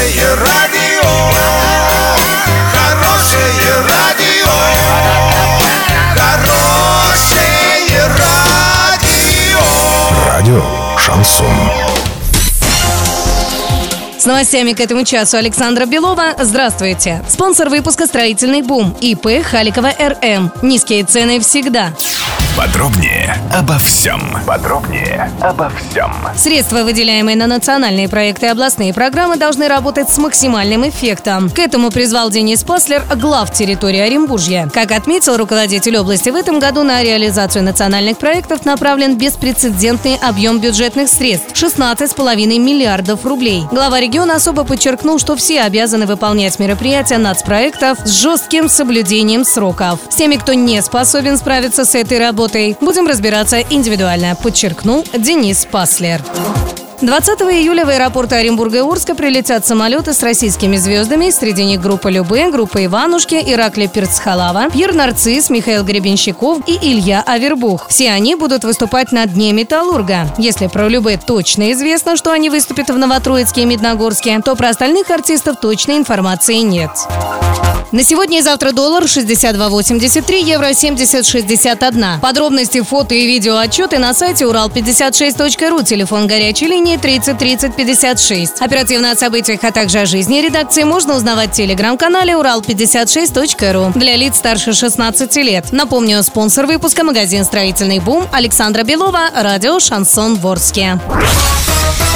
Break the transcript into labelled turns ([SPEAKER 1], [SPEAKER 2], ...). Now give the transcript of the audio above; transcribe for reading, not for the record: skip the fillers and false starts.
[SPEAKER 1] Хорошее радио, хорошее радио, хорошее радио.
[SPEAKER 2] Радио «Шансон».
[SPEAKER 3] С новостями к этому часу Александра Белова. Здравствуйте. Спонсор выпуска «Строительный бум» ИП Халикова РМ. Низкие цены всегда.
[SPEAKER 2] Подробнее обо всем.
[SPEAKER 3] Средства, выделяемые на национальные проекты и областные программы, должны работать с максимальным эффектом. К этому призвал Денис Паслер, глав территории Оренбуржья. Как отметил руководитель области, в этом году на реализацию национальных проектов направлен беспрецедентный объем бюджетных средств – 16,5 миллиардов рублей. Глава региона особо подчеркнул, что все обязаны выполнять мероприятия нацпроектов с жестким соблюдением сроков. С теми, кто не способен справиться с этой работой, будем разбираться индивидуально, подчеркнул Денис Паслер. 20 июля в аэропорты Оренбурга и Орска прилетят самолеты с российскими звездами. Среди них группа Любэ, группа Иванушки, Ираклий Перцхалава, Пьер Нарцисс, Михаил Гребенщиков и Илья Авербух. Все они будут выступать на Дне металлурга. Если про Любэ точно известно, что они выступят в Новотроицке и Медногорске, то про остальных артистов точной информации нет. На сегодня и завтра доллар 62.83, евро 70.61. Подробности, фото и видео отчеты на сайте урал56.ру, телефон горячей линии 30 30 56. Оперативно о событиях, а также о жизни редакции можно узнавать в телеграм-канале урал56.ру для лиц старше 16 лет. Напомню, спонсор выпуска — магазин «Строительный бум», Александра Белова, радио «Шансон» в Орске.